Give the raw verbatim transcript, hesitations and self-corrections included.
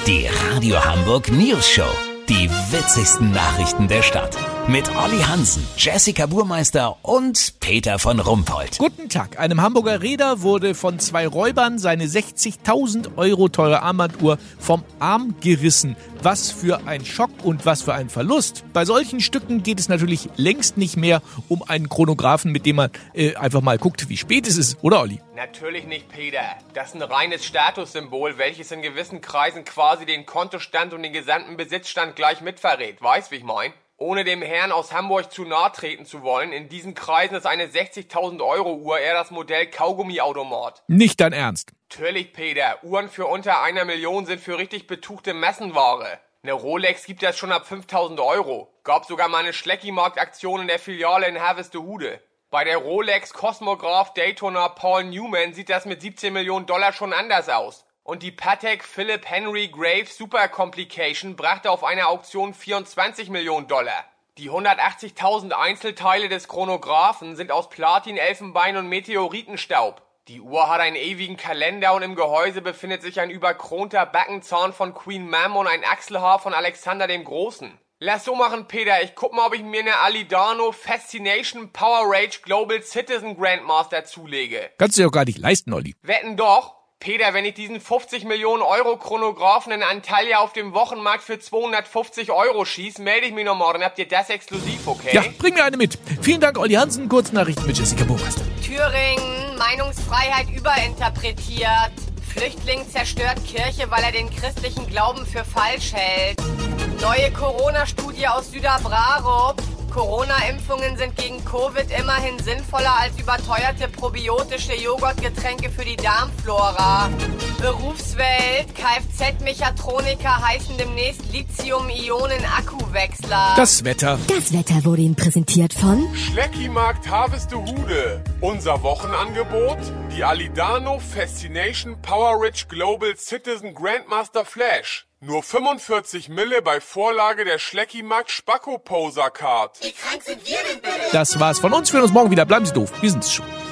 Die Radio Hamburg News Show. Die witzigsten Nachrichten der Stadt. Mit Olli Hansen, Jessica Burmeister und Peter von Rumpold. Guten Tag. Einem Hamburger Reeder wurde von zwei Räubern seine sechzigtausend Euro teure Armbanduhr vom Arm gerissen. Was für ein Schock und was für ein Verlust. Bei solchen Stücken geht es natürlich längst nicht mehr um einen Chronographen, mit dem man äh, einfach mal guckt, wie spät es ist. Oder, Olli? Natürlich nicht, Peter. Das ist ein reines Statussymbol, welches in gewissen Kreisen quasi den Kontostand und den gesamten Besitzstand gleich mitverrät. Weißt, wie ich mein? Ohne dem Herrn aus Hamburg zu nahe treten zu wollen, in diesen Kreisen ist eine sechzigtausend Euro Uhr eher das Modell Kaugummiautomat. Nicht dein Ernst. Natürlich, Peter. Uhren für unter einer Million sind für richtig betuchte Massenware. Eine Rolex gibt es schon ab fünftausend Euro. Gab sogar mal eine Schlecki-Markt-Aktion in der Filiale in Harvestehude. Bei der Rolex Cosmograph Daytona Paul Newman sieht das mit siebzehn Millionen Dollar schon anders aus. Und die Patek Philippe Henry Graves Super Complication brachte auf einer Auktion vierundzwanzig Millionen Dollar. Die hundertachtzigtausend Einzelteile des Chronographen sind aus Platin, Elfenbein und Meteoritenstaub. Die Uhr hat einen ewigen Kalender und im Gehäuse befindet sich ein überkronter Backenzahn von Queen Mum und ein Achselhaar von Alexander dem Großen. Lass so machen, Peter. Ich guck mal, ob ich mir eine Alidano Fascination Power Rage Global Citizen Grandmaster zulege. Kannst du dir doch gar nicht leisten, Olli. Wetten doch. Peter, wenn ich diesen fünfzig Millionen Euro Chronographen in Antalya auf dem Wochenmarkt für zweihundertfünfzig Euro schieß, melde ich mich noch morgen. Dann habt ihr das exklusiv, okay? Ja, bring mir eine mit. Vielen Dank, Olli Hansen. Kurznachrichten mit Jessica Burmeister. Thüringen, Meinungsfreiheit überinterpretiert. Flüchtling zerstört Kirche, weil er den christlichen Glauben für falsch hält. Neue Corona-Studie aus Süderbrarup. Corona-Impfungen sind gegen Covid immerhin sinnvoller als überteuerte probiotische Joghurtgetränke für die Darmflora. Berufswelt, Kfz-Mechatroniker heißen demnächst Lithium-Ionen-Akkuwechsler. Das Wetter. Das Wetter wurde Ihnen präsentiert von Schlecki-Markt Harvestehude. Unser Wochenangebot: die Alidano Fascination Power Rich Global Citizen Grandmaster Flash. Nur fünfundvierzig Mille bei Vorlage der Schlecki-Markt Spacko Poser Card. Wie krank sind wir denn bitte? Das war's von uns. Wir hören uns morgen wieder. Bleiben Sie doof. Wir sind's schon.